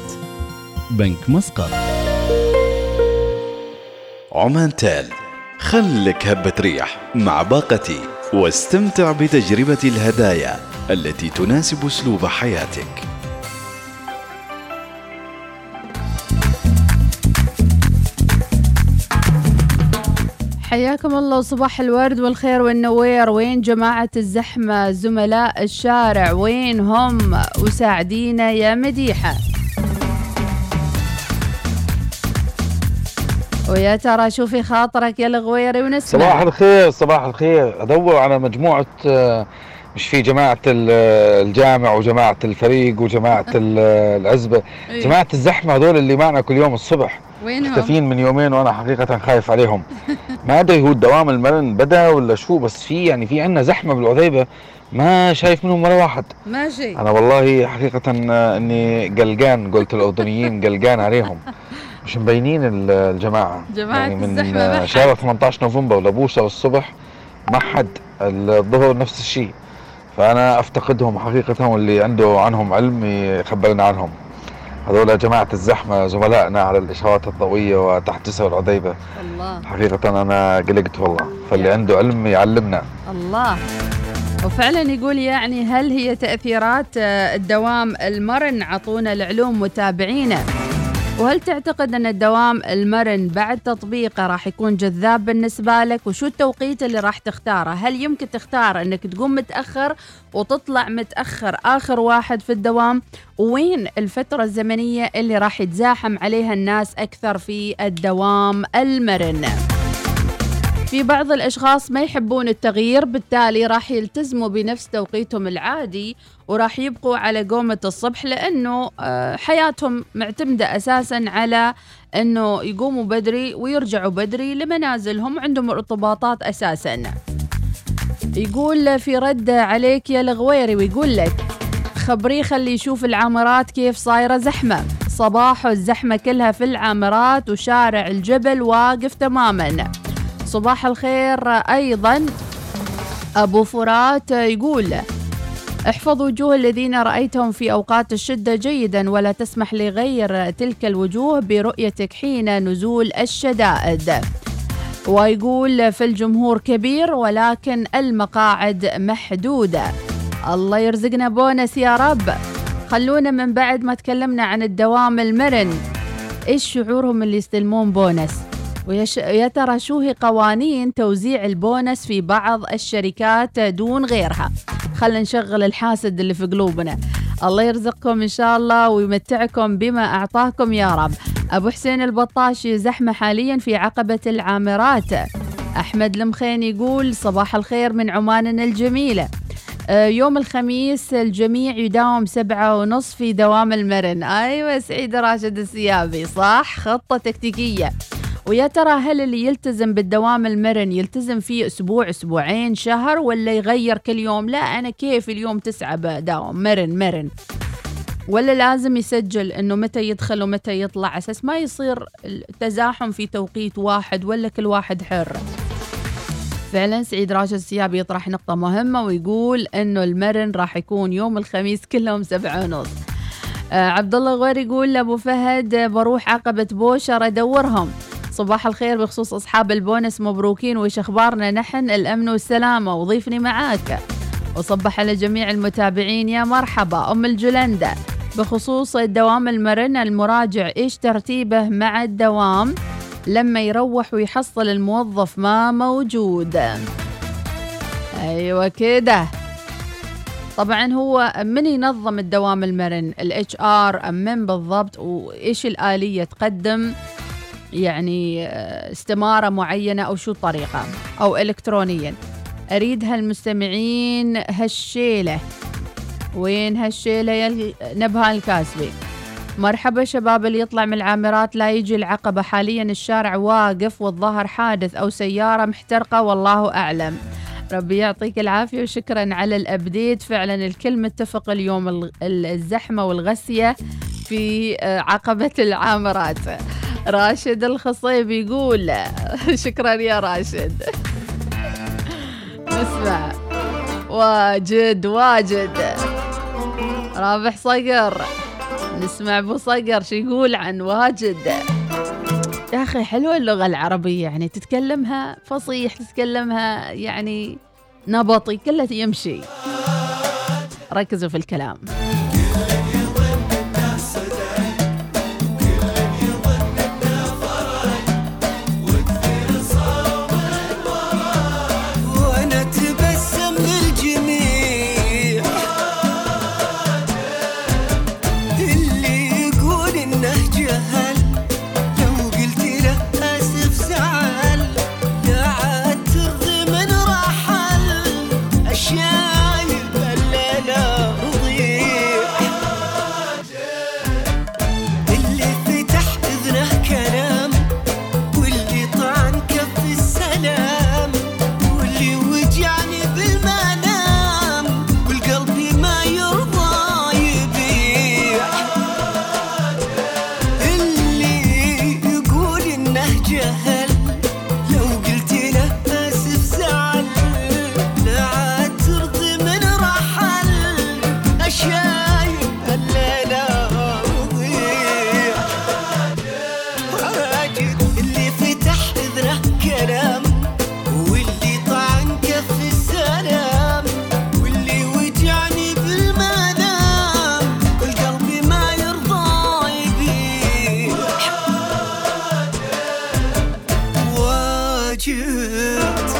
بنك مسقط. عمان تال، خلك هبة ريح مع باقتي واستمتع بتجربة الهدايا التي تناسب أسلوب حياتك. حياكم الله وصباح الورد والخير والنوير. وين جماعة الزحمة؟ زملاء الشارع وين هم؟ وساعدينا يا مديحة. ويا ترى شو في خاطرك يا الغويري ونسمع. صباح الخير صباح الخير. أدور على مجموعة، مش في جماعة الجامع وجماعة الفريق وجماعة العزبة، جماعة الزحمة هذول اللي معنا كل يوم الصبح وينهم؟ مختفين من يومين وأنا حقيقة خايف عليهم. ما أدري هو الدوام المرن بدأ ولا شو، بس في يعني في عنا زحمة بالعذيبة ما شايف منهم مرة واحد. ماشي. أنا والله حقيقة إني قلقان، قلت الأردنيين قلقان عليهم، مش مبينين الجماعة. جماعة يعني من الزحمة شارع ثمانية عشر نوفمبر ولبوسة والصبح ما حد، الظهر نفس الشيء. فأنا أفتقدهم حقيقة، واللي عنده عنهم علم يخبرنا عنهم. هذول جماعة الزحمة زملائنا على الإشارات الضوئية وتحت جسر العذيبة. الله. حقيقة أنا قلقت والله، فاللي عنده علم يعلمنا. الله. وفعلا يقول يعني هل هي تأثيرات الدوام المرن؟ عطونا العلوم متابعينا. وهل تعتقد أن الدوام المرن بعد تطبيقه راح يكون جذاب بالنسبة لك؟ وشو التوقيت اللي راح تختاره؟ هل يمكن تختار أنك تقوم متأخر وتطلع متأخر آخر واحد في الدوام؟ وين الفترة الزمنية اللي راح يتزاحم عليها الناس أكثر في الدوام المرن؟ في بعض الأشخاص ما يحبون التغيير، بالتالي راح يلتزموا بنفس توقيتهم العادي وراح يبقوا على قومة الصبح، لأنه حياتهم معتمدة أساساً على أنه يقوموا بدري ويرجعوا بدري لمنازلهم، وعندهم ارتباطات أساساً. يقول في رد عليك يا الغويري ويقول لك خبريه خلي يشوف العامرات كيف صايرة زحمة. صباحه الزحمة كلها في العامرات وشارع الجبل واقف تماماً. صباح الخير. أيضا أبو فرات يقول احفظ وجوه الذين رأيتهم في أوقات الشدة جيدا، ولا تسمح لغير تلك الوجوه برؤيتك حين نزول الشدائد. ويقول في الجمهور كبير ولكن المقاعد محدودة. الله يرزقنا بونس يا رب. خلونا من بعد ما تكلمنا عن الدوام المرن، إيش شعورهم اللي يستلمون بونس؟ ويا ترى شو هي قوانين توزيع البونس في بعض الشركات دون غيرها؟ خلنا نشغل الحاسد اللي في قلوبنا. الله يرزقكم إن شاء الله ويمتعكم بما أعطاكم يا رب. أبو حسين البطاشي زحمة حاليا في عقبة العامرات. أحمد المخين يقول صباح الخير من عماننا الجميلة. يوم الخميس الجميع يداوم سبعة ونص في دوام المرن. أيوة سعيد راشد السيابي صح، خطة تكتيكية. ويا ترى هل اللي يلتزم بالدوام المرن يلتزم فيه أسبوع أسبوعين شهر ولا يغير كل يوم؟ لا أنا كيف اليوم تسعة بداوم مرن مرن، ولا لازم يسجل أنه متى يدخل ومتى يطلع أساس ما يصير تزاحم في توقيت واحد ولا كل واحد حر. فعلا سعيد راشد السيابي يطرح نقطة مهمة ويقول أنه المرن راح يكون يوم الخميس كلهم سبعة ونص. آه عبد الله غير يقول لأبو فهد بروح عقبة بوشر أدورهم. صباح الخير. بخصوص أصحاب البونس مبروكين، وإيش أخبارنا نحن؟ الأمن والسلامة وضيفني معاك. وصبح على جميع المتابعين يا مرحبا. أم الجلندة بخصوص الدوام المرن المراجع إيش ترتيبه مع الدوام لما يروح ويحصل الموظف ما موجود؟ أيوة كده. طبعا هو من ينظم الدوام المرن؟ الاتش ار أم من بالضبط؟ وإيش الآلية تقدم يعني استمارة معينة أو شو الطريقة أو إلكترونيا؟ أريد هالمستمعين هالشيلة. وين هالشيلة يا نبهة الكاسبي؟ مرحبا شباب اللي يطلع من العامرات لا يجي العقبة، حاليا الشارع واقف والظهر حادث أو سيارة محترقة والله أعلم. ربي يعطيك العافية وشكرا على الأبديت. فعلا الكل متفق اليوم الزحمة والغسية في عقبة العامرات. راشد الخصيب يقول شكرا يا راشد. نسمع واجد واجد. رابح صقر نسمع ابو صقر شو يقول عن واجد. يا اخي حلوه اللغه العربيه، يعني تتكلمها فصيح، تتكلمها يعني نبطي، كله يمشي. ركزوا في الكلام. جيت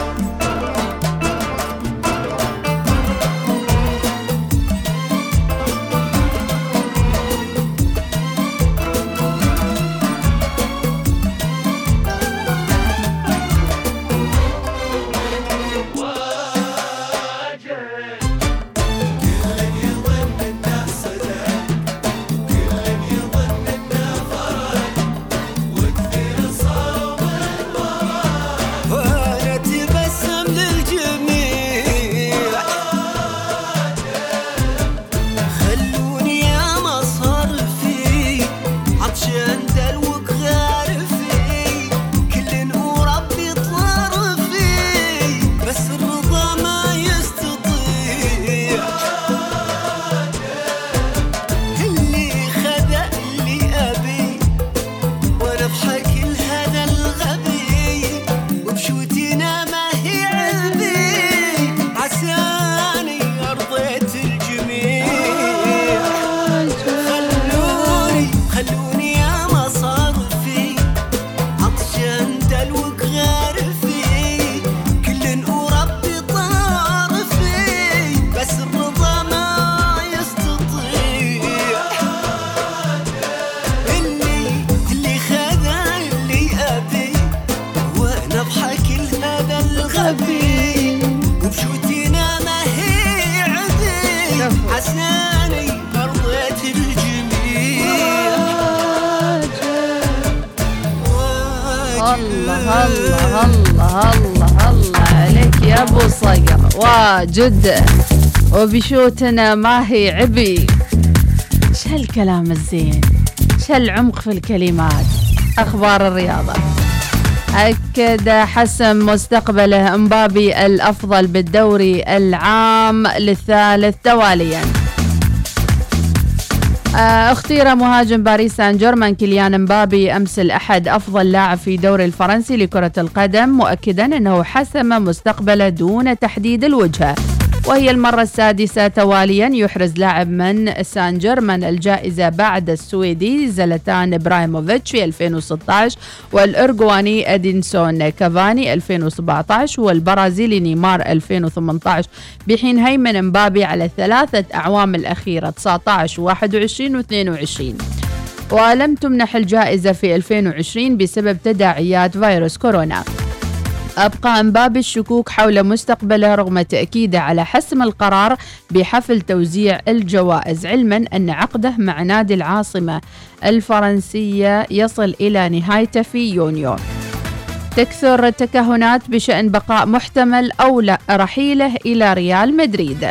الله الله الله الله الله عليك يا ابو صقر واجد وبشوتنا ما هي عبي. شهالكلام الزين، شهالعمق في الكلمات. اخبار الرياضه. أكد حسم مستقبله امبابي الأفضل بالدوري العام للثالث تواليا. اختير مهاجم باريس سان جيرمان كيليان امبابي أمس الأحد أفضل لاعب في الدوري الفرنسي لكرة القدم، مؤكدا أنه حسم مستقبله دون تحديد الوجهة، وهي المرة السادسة تواليا يحرز لاعب من سان جيرمان الجائزة بعد السويدي زلاتان إبراهيموفيتش في ألفين وستة عشر والأرجواني أدينسون كافاني ألفين وسبعة عشر والبرازيلي نيمار ألفين وثمانية عشر، بحين هيمن امبابي على الثلاثة أعوام الأخيرة تسعة عشر وواحد وعشرين واثنين وعشرين. ولم تمنح الجائزة في ألفين وعشرين بسبب تداعيات فيروس كورونا. أبقى امبابي الشكوك حول مستقبله رغم تأكيده على حسم القرار بحفل توزيع الجوائز، علما أن عقده مع نادي العاصمة الفرنسية يصل إلى نهايته في يونيو. تكثر التكهنات بشأن بقاء محتمل أو لا رحيله إلى ريال مدريد.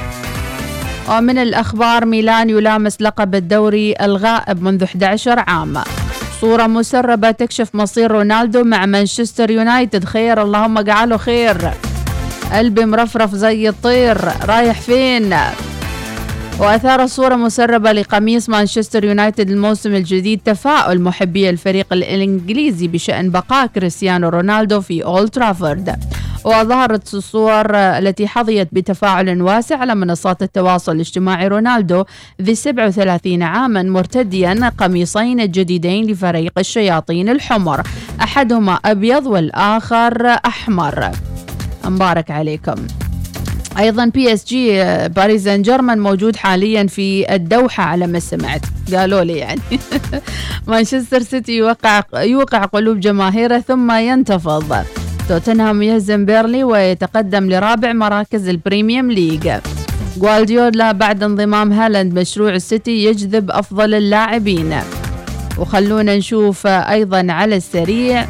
ومن الأخبار ميلان يلامس لقب الدوري الغائب منذ أحد عشر عام. صورة مسربة تكشف مصير رونالدو مع مانشستر يونايتد. خير اللهم اجعله خير. قلبي مرفرف زي الطير، رايح فين؟ وأثار صورة مسربة لقميص مانشستر يونايتد الموسم الجديد تفاؤل محبي الفريق الإنجليزي بشأن بقاء كريستيانو رونالدو في أولد ترافورد. وظهرت الصور التي حظيت بتفاعل واسع على منصات التواصل الاجتماعي رونالدو ذي سبعة وثلاثين عاما مرتديا قميصين الجديدين لفريق الشياطين الحمر، أحدهما أبيض والآخر أحمر. مبارك عليكم. أيضا بي اس جي باريس سان جيرمان موجود حاليا في الدوحة على ما سمعت، قالوا لي يعني. مانشستر سيتي يوقع يوقع قلوب جماهيره ثم ينتفض. توتنهام يهزم بيرلي ويتقدم لرابع مراكز البريميوم ليج. غوارديولا بعد انضمام هالاند مشروع السيتي يجذب أفضل اللاعبين. وخلونا نشوف أيضا على السريع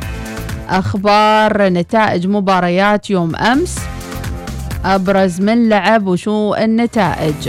أخبار نتائج مباريات يوم أمس، أبرز من لعب وشو النتائج.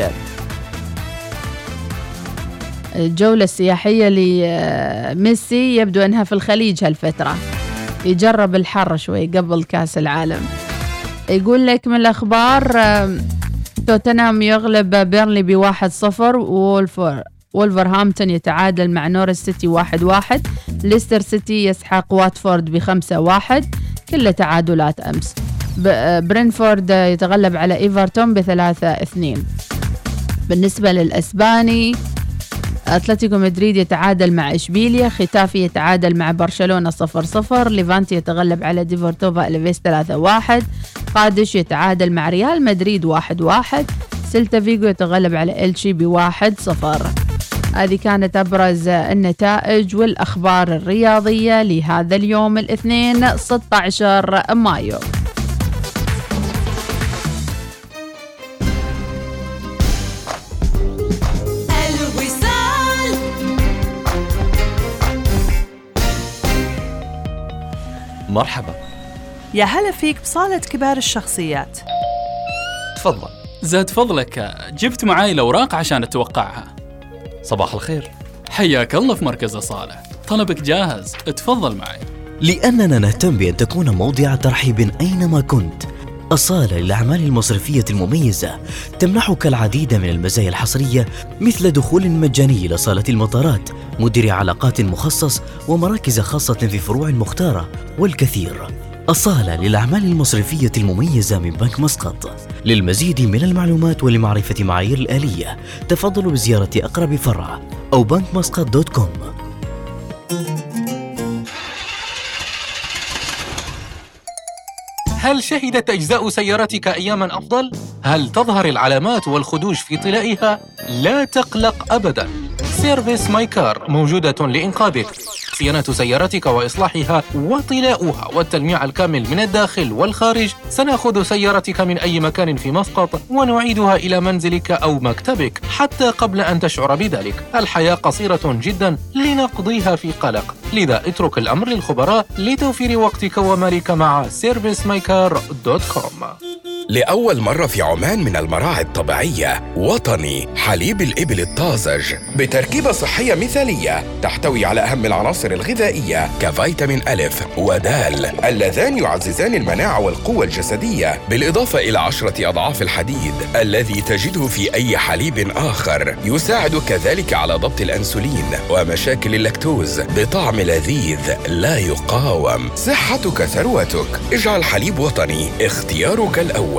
الجولة السياحية لميسي يبدو أنها في الخليج هالفترة، يجرب الحر شوي قبل كاس العالم. يقول لك من الأخبار توتنهام يغلب بيرلي بواحد صفر، وولفر وولفرهامبتون يتعادل مع نورث سيتي واحد واحد، ليستر سيتي يسحق واتفورد بخمسة واحد، كل تعادلات أمس. برينفورد يتغلب على إيفرتون بثلاثة اثنين. بالنسبة للأسباني أتلتيكو مدريد يتعادل مع إشبيليا، ختافي يتعادل مع برشلونة صفر صفر، ليفانتي يتغلب على ديفورتوفا ألفيس ثلاثة واحد، قادش يتعادل مع ريال مدريد واحد واحد، سيلتا فيغو يتغلب على إلشي بواحد صفر. هذه كانت أبرز النتائج والأخبار الرياضية لهذا اليوم الاثنين ستة عشر مايو. مرحبا، يا هلا فيك بصالة كبار الشخصيات. تفضل. زاد فضلك، جبت معاي الأوراق عشان أتوقعها. صباح الخير. حياك الله في مركز أصالة، طلبك جاهز، اتفضل معي. لأننا نهتم بأن تكون موضع ترحيب أينما كنت، أصالة للأعمال المصرفية المميزة تمنحك العديد من المزايا الحصرية، مثل دخول مجاني إلى صالة المطارات، مدير علاقات مخصص، ومراكز خاصة في فروع مختارة، والكثير. أصالة للأعمال المصرفية المميزة من بنك مسقط. للمزيد من المعلومات ولمعرفة معايير الآلية تفضلوا بزيارة أقرب فرع أو بنك مسقط دوت كوم. هل شهدت أجزاء سيارتك أياماً أفضل؟ هل تظهر العلامات والخدوش في طلائها؟ لا تقلق أبداً، سيرفيس ماي كار موجودة لإنقاذك. صيانة سيارتك وإصلاحها وطلاؤها والتلميع الكامل من الداخل والخارج. سنأخذ سيارتك من أي مكان في مسقط ونعيدها إلى منزلك أو مكتبك حتى قبل أن تشعر بذلك. الحياة قصيرة جدا لنقضيها في قلق، لذا اترك الأمر للخبراء لتوفير وقتك ومالك مع سيرفيس ماي كار دوت كوم. لأول مرة في عمان من المراعي الطبيعية وطني حليب الإبل الطازج بتركيبة صحية مثالية تحتوي على أهم العناصر الغذائية كفيتامين ألف ودال اللذان يعززان المناعة والقوة الجسدية، بالإضافة إلى عشرة أضعاف الحديد الذي تجده في أي حليب آخر. يساعد كذلك على ضبط الأنسولين ومشاكل اللاكتوز بطعم لذيذ لا يقاوم. صحتك ثروتك، اجعل حليب وطني اختيارك الأول.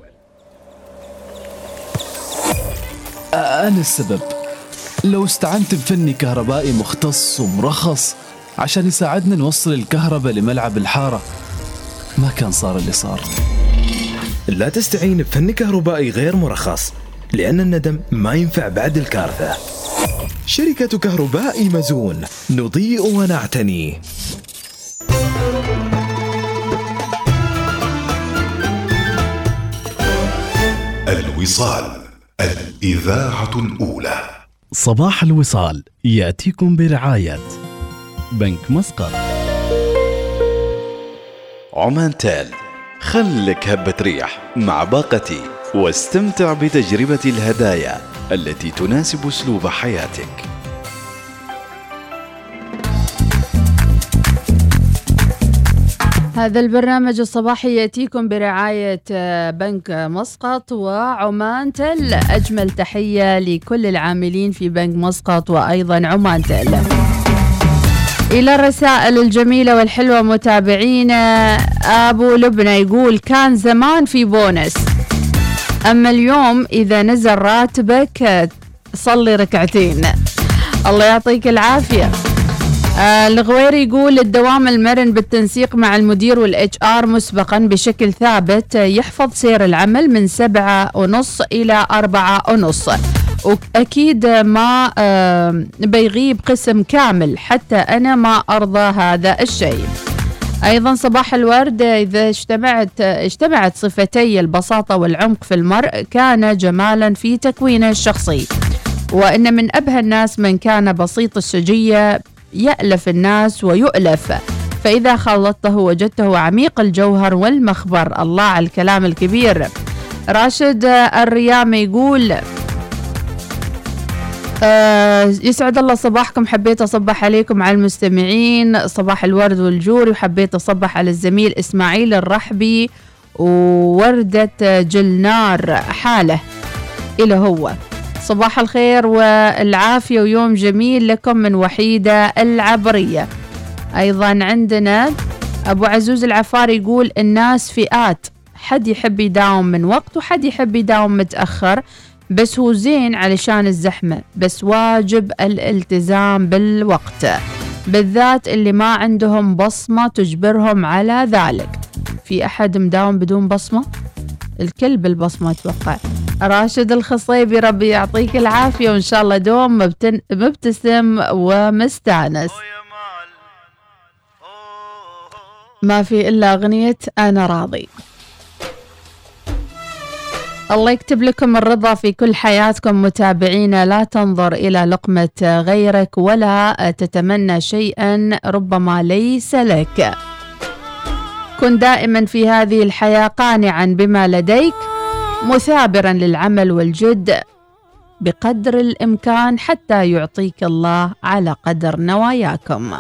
أنا السبب. لو استعنت بفني كهربائي مختص ومرخص عشان يساعدنا نوصل الكهرباء لملعب الحارة، ما كان صار اللي صار. لا تستعين بفني كهربائي غير مرخص، لأن الندم ما ينفع بعد الكارثة. شركة كهرباء مزون، نضيء ونعتني. الوصال، الإذاعة الأولى. صباح الوصال يأتيكم برعاية بنك مسقط. عمان تال، خلك هبة ريح مع باقتي واستمتع بتجربة الهدايا التي تناسب أسلوب حياتك. هذا البرنامج الصباحي يأتيكم برعاية بنك مسقط وعمان تل. أجمل تحية لكل العاملين في بنك مسقط وأيضا عمان تل. إلى الرسائل الجميلة والحلوة متابعينا، أبو لبنى يقول كان زمان في بونس، أما اليوم إذا نزل راتبك صلي ركعتين. الله يعطيك العافية. آه الغويري يقول الدوام المرن بالتنسيق مع المدير والاتش ار مسبقا بشكل ثابت يحفظ سير العمل من سبعة ونص إلى أربعة ونص، وأكيد ما آه بيغيب قسم كامل، حتى أنا ما أرضى هذا الشيء. أيضا صباح الورد، إذا اجتمعت اجتمعت صفتي البساطة والعمق في المرء كان جمالا في تكوينه الشخصي، وإن من أبهى الناس من كان بسيط السجية يألف الناس ويؤلف، فإذا خلطته وجدته عميق الجوهر والمخبر. الله على الكلام الكبير. راشد الريامي يقول آه يسعد الله صباحكم، حبيت أصبح عليكم على المستمعين صباح الورد والجور، وحبيت أصبح على الزميل إسماعيل الرحبي ووردة جلنار حاله إلى هو. صباح الخير والعافية ويوم جميل لكم من وحيدة العبرية. أيضا عندنا أبو عزوز العفاري يقول الناس فئات، حد يحب يداوم من وقت وحد يحب يداوم متأخر، بس هو زين علشان الزحمة، بس واجب الالتزام بالوقت، بالذات اللي ما عندهم بصمة تجبرهم على ذلك. في أحد مداوم بدون بصمة؟ الكل بالبصمة أتوقع. راشد الخصيبي ربي يعطيك العافية، وإن شاء الله دوم مبتن... مبتسم ومستانس. ما في إلا أغنية أنا راضي. الله يكتب لكم الرضا في كل حياتكم متابعينا، لا تنظر إلى لقمة غيرك ولا تتمنى شيئا ربما ليس لك. كن دائما في هذه الحياة قانعا بما لديك، مثابرا للعمل والجد بقدر الإمكان حتى يعطيك الله على قدر نواياكم.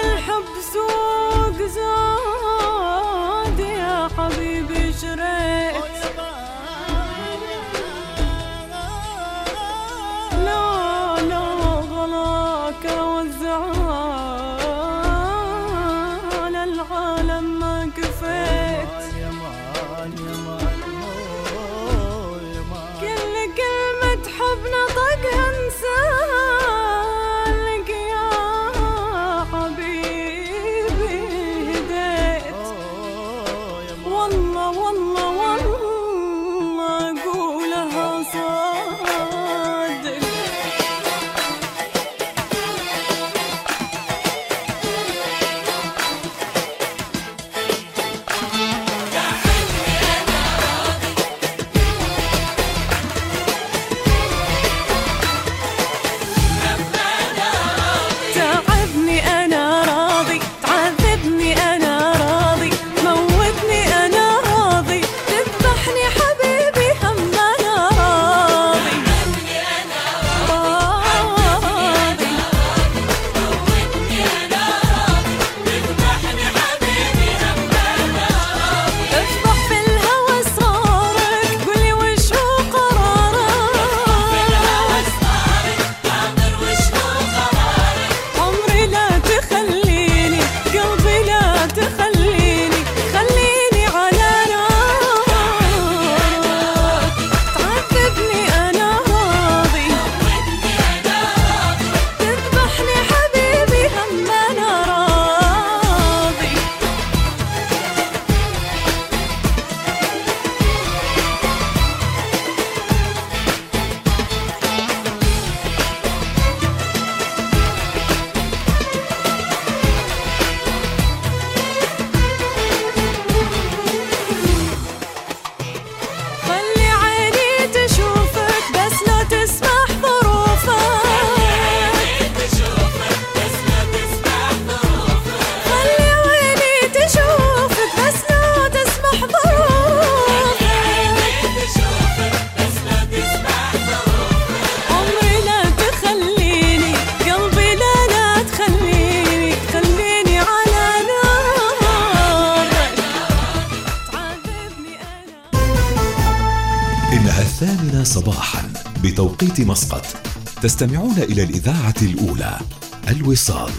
الثامنة صباحا بتوقيت مسقط. تستمعون إلى الإذاعة الأولى الوصال.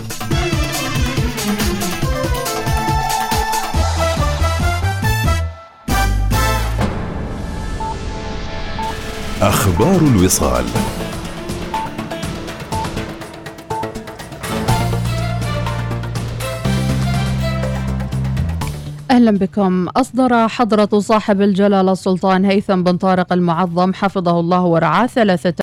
أخبار الوصال. أهلا بكم. أصدر حضرة صاحب الجلالة السلطان هيثم بن طارق المعظم حفظه الله ورعاه ثلاثة